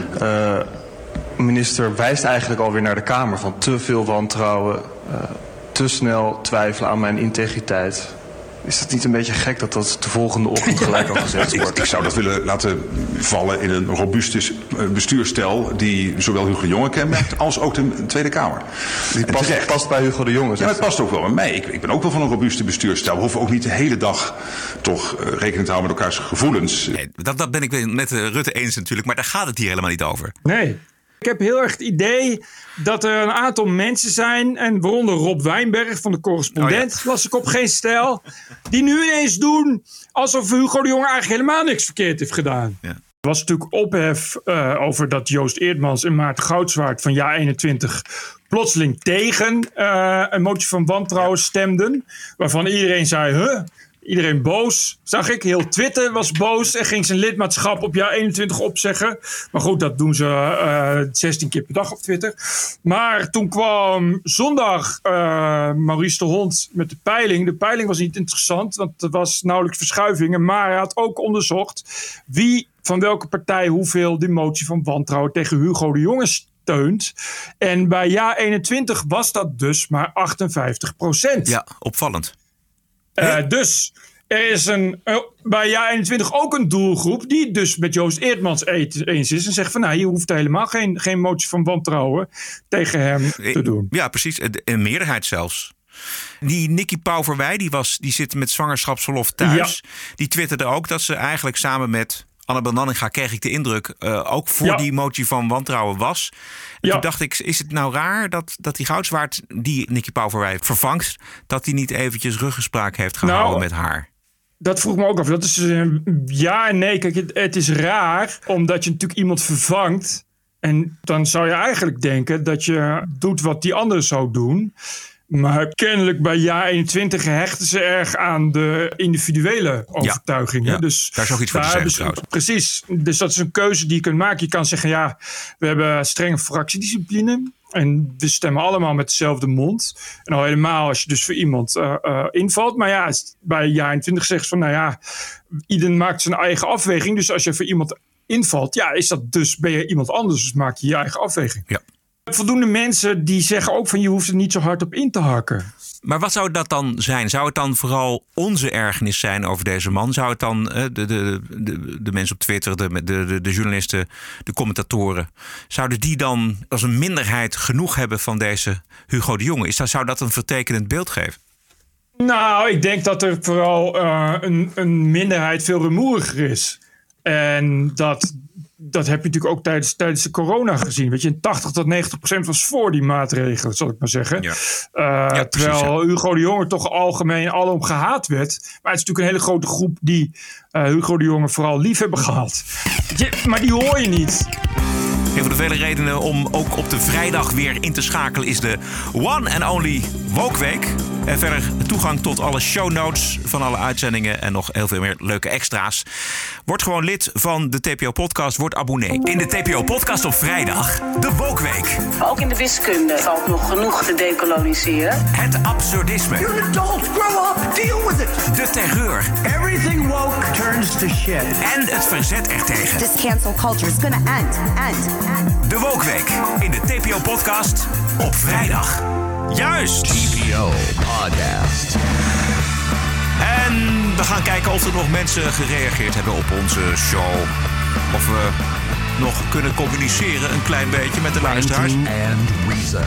uh, minister wijst eigenlijk alweer naar de Kamer van te veel wantrouwen. Uh, te snel twijfelen aan mijn integriteit. Is het niet een beetje gek dat dat de volgende ochtend gelijk al gezegd wordt? Ik, ik zou dat willen laten vallen in een robuust bestuursstijl die zowel Hugo de Jonge kenmerkt als ook de Tweede Kamer. Die past, past bij Hugo de Jonge. Ja, maar het past ook wel bij mij. Ik, ik ben ook wel van een robuuste bestuursstijl. We hoeven ook niet de hele dag toch uh, rekening te houden met elkaars gevoelens. Nee, dat, dat ben ik met uh, Rutte eens natuurlijk, maar daar gaat het hier helemaal niet over. Nee. Ik heb heel erg het idee dat er een aantal mensen zijn, en waaronder Rob Wijnberg van de Correspondent, oh ja. las ik op Geen Stijl, die nu ineens doen alsof Hugo de Jonge eigenlijk helemaal niks verkeerd heeft gedaan. Ja. Er was natuurlijk ophef uh, over dat Joost Eerdmans en Maarten Goudswaard van Ja eenentwintig plotseling tegen uh, een motie van wantrouwen stemden, waarvan iedereen zei, huh? Iedereen boos, zag ik. Heel Twitter was boos en ging zijn lidmaatschap op Ja eenentwintig opzeggen. Maar goed, dat doen ze uh, zestien keer per dag op Twitter. Maar toen kwam zondag uh, Maurice de Hond met de peiling. De peiling was niet interessant, want er was nauwelijks verschuivingen. Maar hij had ook onderzocht wie van welke partij hoeveel die motie van wantrouwen tegen Hugo de Jonge steunt. En bij Ja eenentwintig was dat dus maar achtenvijftig procent. Ja, opvallend. Uh, dus er is een, uh, bij Ja eenentwintig ook een doelgroep die dus met Joost Eerdmans eens is en zegt van nou, je hoeft helemaal geen, geen motie van wantrouwen tegen hem te doen. Ja, precies. Een meerderheid zelfs. Die Nicky Pauverwij, die, was, die zit met zwangerschapsverlof thuis. Ja. Die twitterde ook dat ze eigenlijk samen met Annabel Nanninga, kreeg ik de indruk, uh, ook voor ja. die motie van wantrouwen was. En ja. Toen dacht ik, is het nou raar dat, dat die Goudswaard, die Nicky Pauverwij vervangt, dat hij niet eventjes ruggespraak heeft gehouden nou, met haar? Dat vroeg me ook af. Dat is uh, ja en nee. Kijk, het, het is raar, omdat je natuurlijk iemand vervangt. En dan zou je eigenlijk denken dat je doet wat die ander zou doen. Maar kennelijk bij Ja eenentwintig hechten ze erg aan de individuele overtuigingen. Ja, ja. Dus daar is ook iets voor te zeggen trouwens. Precies. Dus dat is een keuze die je kunt maken. Je kan zeggen, ja, we hebben strenge fractiediscipline. En we stemmen allemaal met dezelfde mond. En al helemaal als je dus voor iemand uh, uh, invalt. Maar ja, bij Ja eenentwintig zegt van, nou ja, iedereen maakt zijn eigen afweging. Dus als je voor iemand invalt, ja, is dat dus, ben je iemand anders. Dus maak je je eigen afweging. Ja. Voldoende mensen die zeggen ook van, je hoeft er niet zo hard op in te hakken. Maar wat zou dat dan zijn? Zou het dan vooral onze ergernis zijn over deze man? Zou het dan uh, de, de, de, de mensen op Twitter, de, de, de, de journalisten, de commentatoren, zouden die dan als een minderheid genoeg hebben van deze Hugo de Jonge? Is dat, zou dat een vertekenend beeld geven? Nou, ik denk dat er vooral uh, een, een minderheid veel rumoeriger is. En dat... Dat heb je natuurlijk ook tijdens, tijdens de corona gezien. Weet je, tachtig tot negentig procent was voor die maatregelen, zal ik maar zeggen. Ja. Uh, ja, terwijl precies, ja. Hugo de Jonge toch algemeen alom gehaat werd. Maar het is natuurlijk een hele grote groep die uh, Hugo de Jonge vooral lief hebben gehad. Je, maar die hoor je niet. Een van de vele redenen om ook op de vrijdag weer in te schakelen is de One and Only Woke Week. En verder toegang tot alle show notes van alle uitzendingen en nog heel veel meer leuke extra's. Word gewoon lid van de T P O-podcast, word abonnee. In de T P O-podcast op vrijdag, de Woke Week. Ook in de wiskunde valt nog genoeg te decoloniseren. Het absurdisme. You're an adult, grow up, deal with it. De terreur. Everything woke turns to shit. En het verzet ertegen. This cancel culture is gonna end, end, end. De Woke Week in de T P O-podcast op vrijdag. Juist! T P O Podcast. En we gaan kijken of er nog mensen gereageerd hebben op onze show. Of we nog kunnen communiceren een klein beetje met de luisteraars. And reason.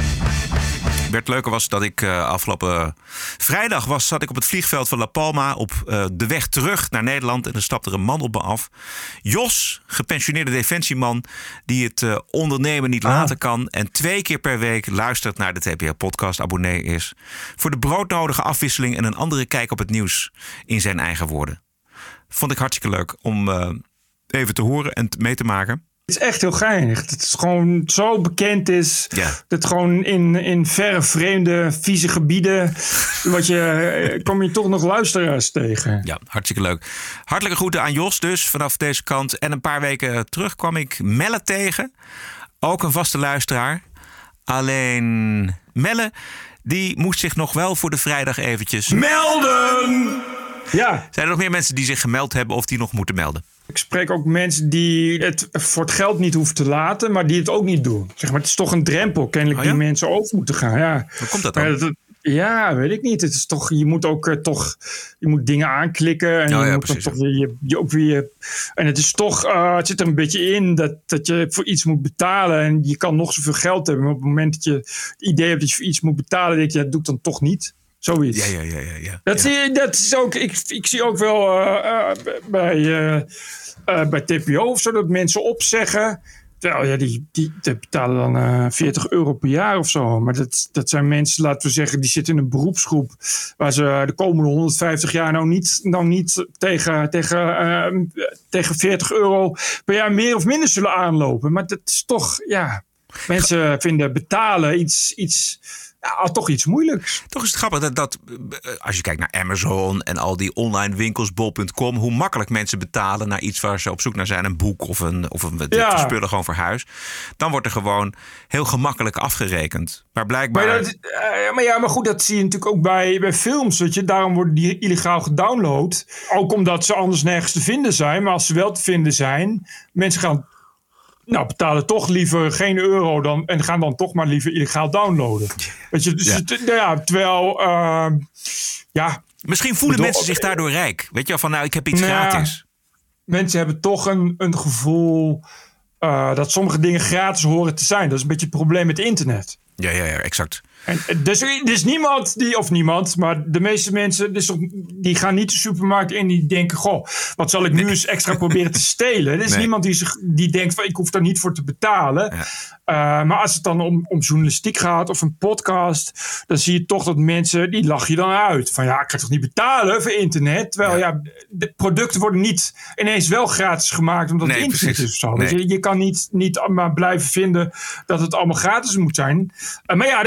Het leuke was dat ik uh, afgelopen vrijdag was, zat ik op het vliegveld van La Palma op uh, de weg terug naar Nederland. En er stapte er een man op me af. Jos, gepensioneerde defensieman, die het uh, ondernemen niet ah. laten kan. En twee keer per week luistert naar de T P O-podcast, abonnee is. Voor de broodnodige afwisseling en een andere kijk op het nieuws in zijn eigen woorden. Vond ik hartstikke leuk om uh, even te horen en mee te maken. Het is echt heel geinig. Dat het gewoon zo bekend is. Ja. Dat gewoon in, in verre, vreemde, vieze gebieden. wat je, kom je toch nog luisteraars tegen. Ja, hartstikke leuk. Hartelijke groeten aan Jos dus vanaf deze kant. En een paar weken terug kwam ik Melle tegen. Ook een vaste luisteraar. Alleen Melle, die moest zich nog wel voor de vrijdag eventjes melden! Ja. Zijn er nog meer mensen die zich gemeld hebben of die nog moeten melden? Ik spreek ook mensen die het voor het geld niet hoeven te laten, maar die het ook niet doen. Zeg maar, het is toch een drempel kennelijk oh ja? die mensen over moeten gaan. Ja. Hoe komt dat dan? Uh, ja, weet ik niet. Het is toch, je moet ook uh, toch je moet dingen aanklikken. En oh, je ja, moet precies, dan toch weer, je, je ook weer. En het is toch, uh, het zit er een beetje in dat, dat je voor iets moet betalen. En je kan nog zoveel geld hebben. Maar op het moment dat je het idee hebt dat je voor iets moet betalen, denk je, ja, dat doe ik dan toch niet. Zoiets. Ja, ja, ja, ja, ja. Dat, ja. Zie, dat is ook, ik, ik zie ook wel uh, uh, bij, uh, uh, bij T P O of zo dat mensen opzeggen. Terwijl ja, die, die, die betalen dan uh, veertig euro per jaar of zo. Maar dat, dat zijn mensen, laten we zeggen, die zitten in een beroepsgroep waar ze de komende honderdvijftig jaar nou niet, nou niet tegen, tegen, uh, tegen veertig euro per jaar meer of minder zullen aanlopen. Maar dat is toch, ja, mensen vinden betalen iets. iets Ja, toch iets moeilijks. Toch is het grappig dat, dat als je kijkt naar Amazon en al die online winkels, bol punt com, hoe makkelijk mensen betalen naar iets waar ze op zoek naar zijn, een boek of een, of een ja. spullen gewoon voor huis. Dan wordt er gewoon heel gemakkelijk afgerekend. Maar blijkbaar. Maar, dat, uh, maar ja, maar goed, dat zie je natuurlijk ook bij, bij films. Weet je? Daarom worden die illegaal gedownload. Ook omdat ze anders nergens te vinden zijn. Maar als ze wel te vinden zijn, mensen gaan. Nou, betalen toch liever geen euro dan en gaan dan toch maar liever illegaal downloaden. Weet je, dus ja. Het, ja, terwijl, uh, ja. Misschien voelen bedoel, mensen zich daardoor rijk. Weet je wel, van nou, ik heb iets nou, gratis. Mensen hebben toch een, een gevoel uh, dat sommige dingen gratis horen te zijn. Dat is een beetje het probleem met internet. Ja, ja, ja, exact. En dus er is niemand die, of niemand, maar de meeste mensen, dus die gaan niet de supermarkt in en die denken, goh, wat zal ik nu eens extra proberen te stelen? Er is nee. niemand die, zich, die denkt van, ik hoef daar niet voor te betalen. Ja. Uh, maar als het dan om, om journalistiek gaat of een podcast, dan zie je toch dat mensen, die lachen je dan uit. Van ja, ik ga toch niet betalen voor internet? Terwijl ja, ja de producten worden niet ineens wel gratis gemaakt omdat nee, het internet precies. is of zo. Nee. Dus je, je kan niet, niet maar blijven vinden dat het allemaal gratis moet zijn. Uh, maar ja, dat is natuurlijk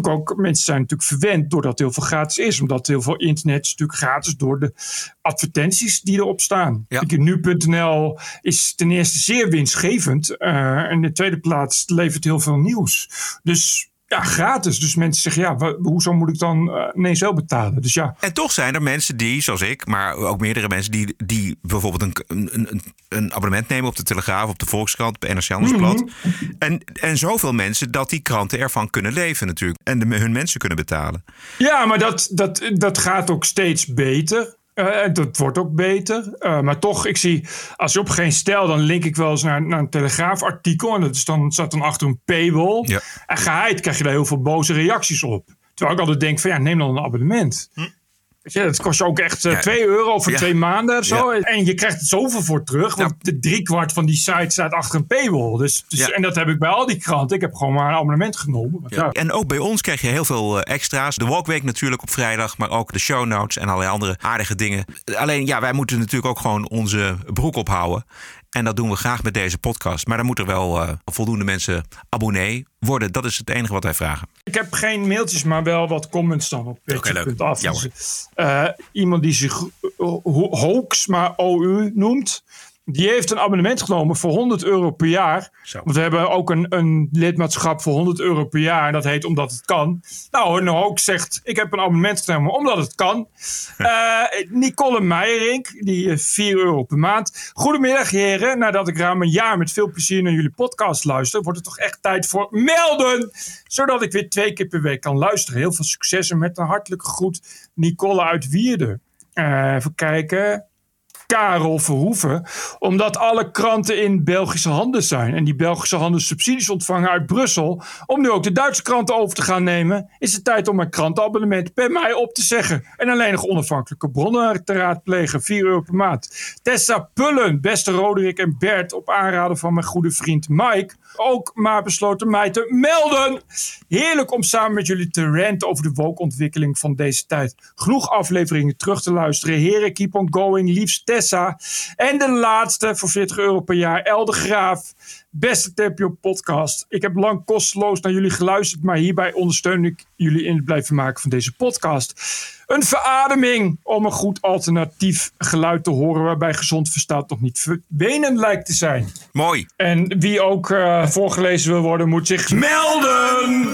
natuurlijk ook, mensen zijn natuurlijk verwend doordat heel veel gratis is. Omdat heel veel internet is natuurlijk gratis door de advertenties die erop staan. Ja. nu punt n l is ten eerste zeer winstgevend. Uh, en in de tweede plaats levert heel veel nieuws. Dus ja, gratis. Dus mensen zeggen, ja, wa- hoezo moet ik dan uh, ineens wel betalen? Dus ja. En toch zijn er mensen die, zoals ik, maar ook meerdere mensen... die, die bijvoorbeeld een, een, een, een abonnement nemen op de Telegraaf, op de Volkskrant, op N R C Handelsblad. Mm-hmm. En, en zoveel mensen dat die kranten ervan kunnen leven natuurlijk. En de, hun mensen kunnen betalen. Ja, maar dat, dat, dat gaat ook steeds beter. Uh, dat wordt ook beter. Uh, maar toch, ik zie, als je op geen stel, dan link ik wel eens naar, naar een Telegraafartikel. En dat is dan, staat dan achter een paywall. Ja. En geheid krijg je daar heel veel boze reacties op. Terwijl ik altijd denk van ja, neem dan een abonnement. Hm. Weet je, dat kost je ook echt uh, ja. twee euro voor ja. twee maanden of zo. Ja. En je krijgt het zoveel voor terug. Want ja. de driekwart van die site staat achter een paywall. Dus, dus, ja. En dat heb ik bij al die kranten. Ik heb gewoon maar een abonnement genomen. Ja. Ja. En ook bij ons krijg je heel veel uh, extra's. De Walkweek natuurlijk op vrijdag. Maar ook de show notes en allerlei andere aardige dingen. Alleen ja, wij moeten natuurlijk ook gewoon onze broek ophouden. En dat doen we graag met deze podcast. Maar dan moeten er wel uh, voldoende mensen abonnee worden. Dat is het enige wat wij vragen. Ik heb geen mailtjes, maar wel wat comments dan op petje punt af. Okay, dus, uh, iemand die zich uh, Hoax, maar O U noemt. Die heeft een abonnement genomen voor honderd euro per jaar. Zo. Want we hebben ook een, een lidmaatschap voor honderd euro per jaar. En dat heet Omdat het kan. Nou, een Hoax zegt, ik heb een abonnement genomen omdat het kan. uh, Nicole Meijerink, die uh, vier euro per maand. Goedemiddag heren. Nadat ik ruim een jaar met veel plezier naar jullie podcast luister, wordt het toch echt tijd voor melden. Zodat ik weer twee keer per week kan luisteren. Heel veel succes en met een hartelijke groet Nicole uit Wierden. Uh, even kijken... Karel Verhoeven, omdat alle kranten in Belgische handen zijn en die Belgische handen subsidies ontvangen uit Brussel, om nu ook de Duitse kranten over te gaan nemen, is het tijd om mijn krantenabonnement per mij op te zeggen en alleen nog onafhankelijke bronnen te raadplegen, vier euro per maand. Tessa Pullen, beste Roderick en Bert, op aanraden van mijn goede vriend Mike, ook maar besloten mij te melden. Heerlijk om samen met jullie te ranten over de woke-ontwikkeling van deze tijd. Genoeg afleveringen terug te luisteren. Heren, keep on going. Liefst Tessa. En de laatste voor veertig euro per jaar. El de Graaf. Beste T P O podcast. Ik heb lang kosteloos naar jullie geluisterd, maar hierbij ondersteun ik jullie in het blijven maken van deze podcast. Een verademing om een goed alternatief geluid te horen waarbij gezond verstaat nog niet verdwenen lijkt te zijn. Mooi. En wie ook uh, voorgelezen wil worden moet zich melden.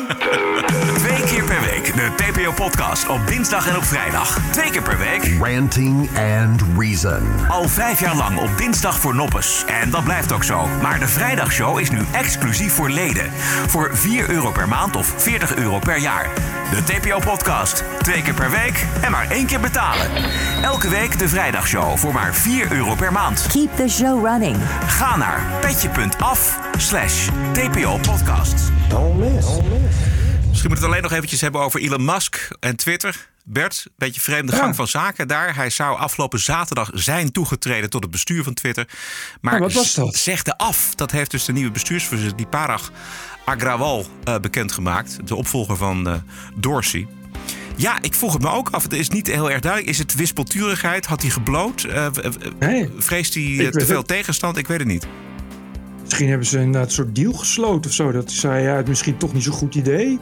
Twee keer per week de T P O podcast op dinsdag en op vrijdag. Twee keer per week Ranting and Reason. Al vijf jaar lang op dinsdag voor noppes. En dat blijft ook zo. Maar de vrijdagshow is nu exclusief voor leden. Voor vier euro per maand of veertig euro per jaar. De T P O podcast. Twee keer per week en maar één keer betalen. Elke week de vrijdagshow voor maar vier euro per maand. Keep the show running. Ga naar petje.af slash TPO podcast. Don't miss. Don't miss. Misschien moet het alleen nog eventjes hebben over Elon Musk en Twitter. Bert, een beetje vreemde gang ja. van zaken daar. Hij zou afgelopen zaterdag zijn toegetreden tot het bestuur van Twitter. Maar oh, wat was dat? zegde af. Dat heeft dus de nieuwe bestuursvoorzitter, die Parag Agrawal, uh, bekendgemaakt. De opvolger van uh, Dorsey. Ja, ik vroeg het me ook af. Het is niet heel erg duidelijk. Is het wispelturigheid? Had hij gebloot? Uh, nee, vreest hij uh, te veel het. tegenstand? Ik weet het niet. Misschien hebben ze inderdaad een soort deal gesloten of zo. Dat zei, ja, het misschien toch niet zo'n goed idee.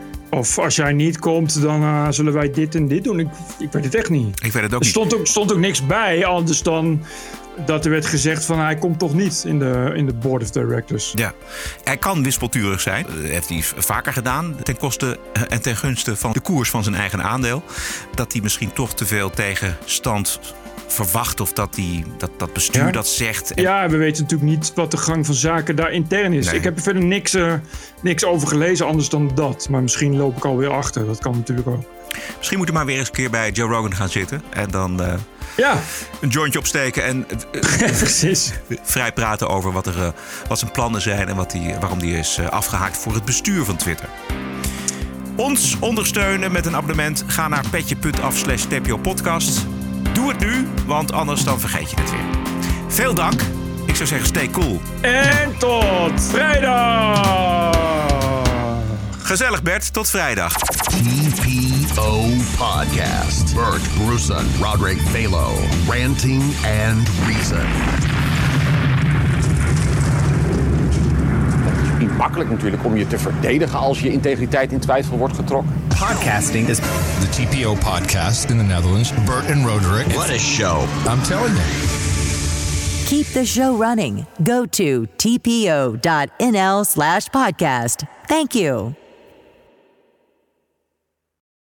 Of als jij niet komt, dan uh, zullen wij dit en dit doen. Ik, ik weet het echt niet. Ik weet het ook er niet. Stond ook, stond ook niks bij, anders dan dat er werd gezegd van hij komt toch niet in de, in de board of directors. Ja, hij kan wispelturig zijn. Dat heeft hij vaker gedaan. Ten koste en ten gunste van de koers van zijn eigen aandeel. Dat hij misschien toch te veel tegenstand verwacht of dat die, dat, dat bestuur ja. dat zegt. En ja, we weten natuurlijk niet wat de gang van zaken daar intern is. Nee. Ik heb er verder niks, uh, niks over gelezen anders dan dat. Maar misschien loop ik alweer achter. Dat kan natuurlijk ook. Misschien moet hij maar weer eens een keer bij Joe Rogan gaan zitten. En dan uh, ja. een jointje opsteken. En uh, Precies. vrij praten over wat, er, uh, wat zijn plannen zijn. En wat die, waarom die is uh, afgehaakt voor het bestuur van Twitter. Ons ondersteunen met een abonnement. Ga naar petje.af slash TPO podcast. Doe het nu, want anders dan vergeet je het weer. Veel dank. Ik zou zeggen, stay cool. En tot vrijdag. Gezellig Bert, tot vrijdag. T P O Podcast. Bert Brussen, Roderick Balo. Ranting and Reason. makkelijk natuurlijk om je te verdedigen als je integriteit in twijfel wordt getrokken. Podcasting is the T P O podcast in the Netherlands. Bert and Roderick. What a show. I'm telling you. Keep the show running. Go to tpo.nl slash podcast. Thank you.